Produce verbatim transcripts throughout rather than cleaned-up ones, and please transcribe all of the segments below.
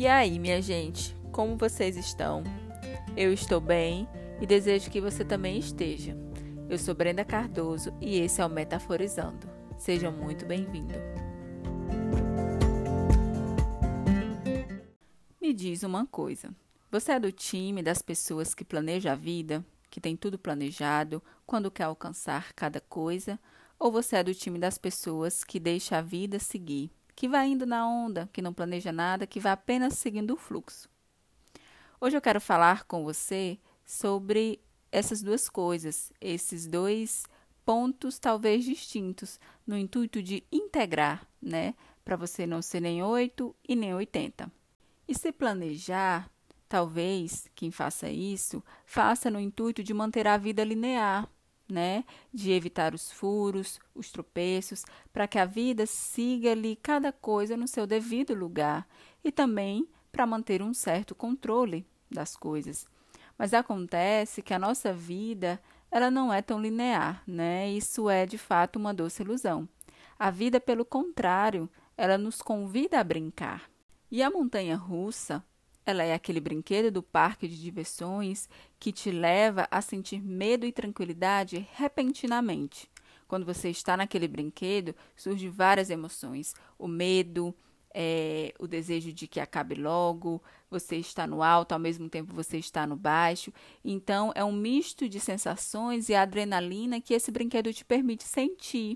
E aí, minha gente, como vocês estão? Eu estou bem e desejo que você também esteja. Eu sou Brenda Cardoso e esse é o Metaforizando. Seja muito bem-vindo. Me diz uma coisa, você é do time das pessoas que planeja a vida, que tem tudo planejado, quando quer alcançar cada coisa, ou você é do time das pessoas que deixa a vida seguir, que vai indo na onda, que não planeja nada, que vai apenas seguindo o fluxo? Hoje eu quero falar com você sobre essas duas coisas, esses dois pontos talvez distintos, no intuito de integrar, né? Para você não ser nem oito e nem oitenta. E se planejar, talvez quem faça isso, faça no intuito de manter a vida linear, né? De evitar os furos, os tropeços, para que a vida siga ali cada coisa no seu devido lugar e também para manter um certo controle das coisas. Mas acontece que a nossa vida, ela não é tão linear, né? Isso é de fato uma doce ilusão. A vida, pelo contrário, ela nos convida a brincar. E a montanha-russa, ela é aquele brinquedo do parque de diversões que te leva a sentir medo e tranquilidade repentinamente. Quando você está naquele brinquedo, surgem várias emoções. O medo, é, o desejo de que acabe logo, você está no alto, ao mesmo tempo você está no baixo. Então, é um misto de sensações e adrenalina que esse brinquedo te permite sentir.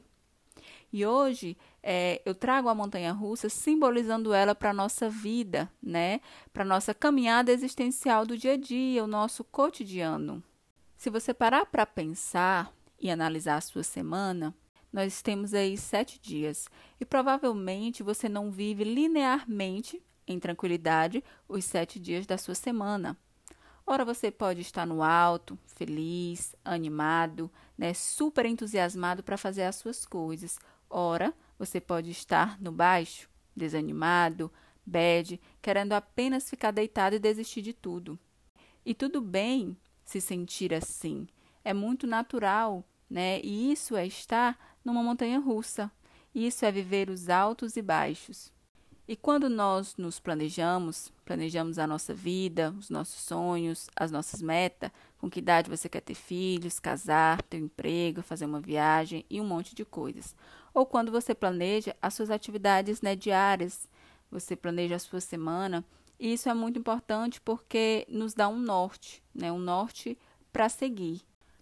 E hoje é, eu trago a montanha-russa simbolizando ela para a nossa vida, né? Para a nossa caminhada existencial do dia a dia, o nosso cotidiano. Se você parar para pensar e analisar a sua semana, nós temos aí sete dias e provavelmente você não vive linearmente, em tranquilidade, os sete dias da sua semana. Ora, você pode estar no alto, feliz, animado, né, super entusiasmado para fazer as suas coisas. Ora, você pode estar no baixo, desanimado, bad, querendo apenas ficar deitado e desistir de tudo. E tudo bem se sentir assim. É muito natural, né? E isso é estar numa montanha-russa. Isso é viver os altos e baixos. E quando nós nos planejamos, planejamos a nossa vida, os nossos sonhos, as nossas metas, com que idade você quer ter filhos, casar, ter um emprego, fazer uma viagem e um monte de coisas. Ou quando você planeja as suas atividades, né, diárias, você planeja a sua semana, e isso é muito importante porque nos dá um norte, né, um norte para seguir.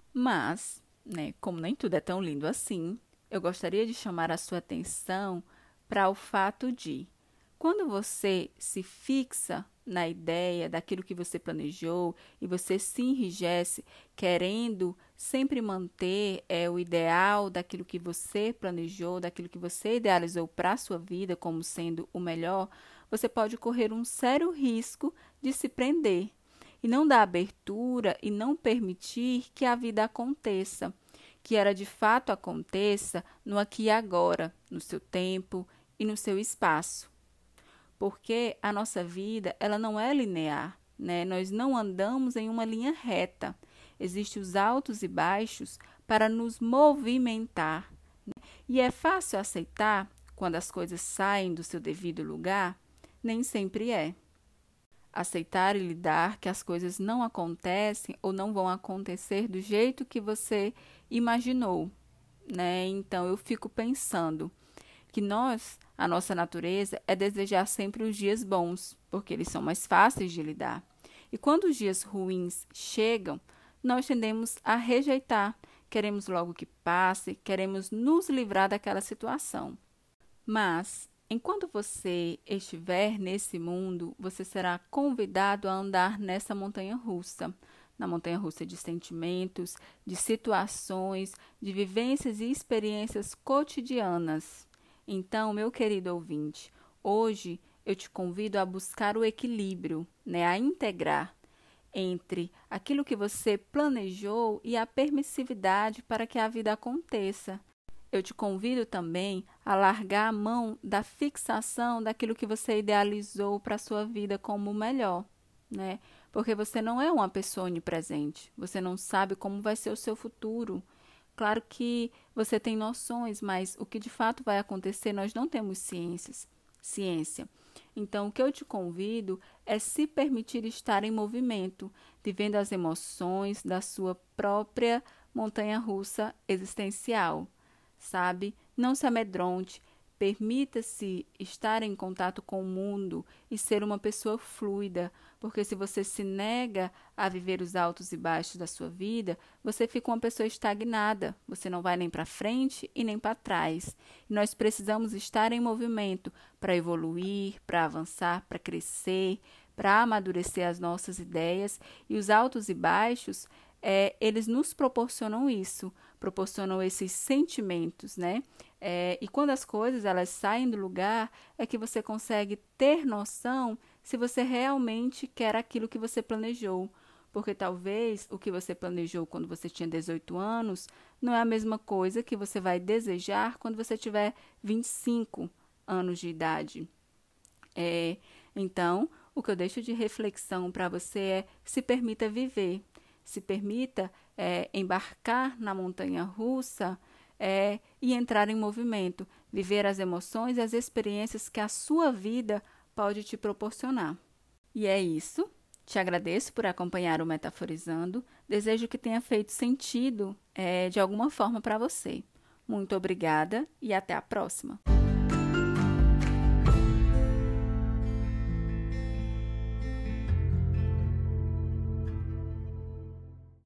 Mas, né, como nem tudo é tão lindo assim, eu gostaria de chamar a sua atenção para o fato de quando você se fixa na ideia daquilo que você planejou e você se enrijece querendo sempre manter é, o ideal daquilo que você planejou, daquilo que você idealizou para a sua vida como sendo o melhor, você pode correr um sério risco de se prender e não dar abertura e não permitir que a vida aconteça, que ela de fato aconteça no aqui e agora, no seu tempo e no seu espaço. Porque a nossa vida, ela não é linear, né? Nós não andamos em uma linha reta. Existem os altos e baixos para nos movimentar, né? E é fácil aceitar quando as coisas saem do seu devido lugar? Nem sempre é. Aceitar e lidar que as coisas não acontecem ou não vão acontecer do jeito que você imaginou, né? Então eu fico pensando que nós, a nossa natureza, é desejar sempre os dias bons, porque eles são mais fáceis de lidar. E quando os dias ruins chegam, nós tendemos a rejeitar, queremos logo que passe, queremos nos livrar daquela situação. Mas, enquanto você estiver nesse mundo, você será convidado a andar nessa montanha-russa, na montanha-russa de sentimentos, de situações, de vivências e experiências cotidianas. Então, meu querido ouvinte, hoje eu te convido a buscar o equilíbrio, né, a integrar entre aquilo que você planejou e a permissividade para que a vida aconteça. Eu te convido também a largar a mão da fixação daquilo que você idealizou para a sua vida como o melhor, né? Porque você não é uma pessoa onipresente, você não sabe como vai ser o seu futuro. Claro que você tem noções, mas o que de fato vai acontecer nós não temos ciências, ciência. Então, o que eu te convido é se permitir estar em movimento, vivendo as emoções da sua própria montanha-russa existencial, sabe? Não se amedronte, permita-se estar em contato com o mundo e ser uma pessoa fluida, porque se você se nega a viver os altos e baixos da sua vida, você fica uma pessoa estagnada, você não vai nem para frente e nem para trás. E nós precisamos estar em movimento para evoluir, para avançar, para crescer, para amadurecer as nossas ideias, e os altos e baixos, é, eles nos proporcionam isso, proporcionam esses sentimentos, né? É, e quando as coisas elas saem do lugar, é que você consegue ter noção se você realmente quer aquilo que você planejou. Porque talvez o que você planejou quando você tinha dezoito anos não é a mesma coisa que você vai desejar quando você tiver vinte e cinco anos de idade. É, então, o que eu deixo de reflexão para você é: se permita viver, se permita é, embarcar na montanha-russa é, e entrar em movimento, viver as emoções e as experiências que a sua vida pode te proporcionar. E é isso. Te agradeço por acompanhar o Metaforizando. Desejo que tenha feito sentido é, de alguma forma para você. Muito obrigada e até a próxima.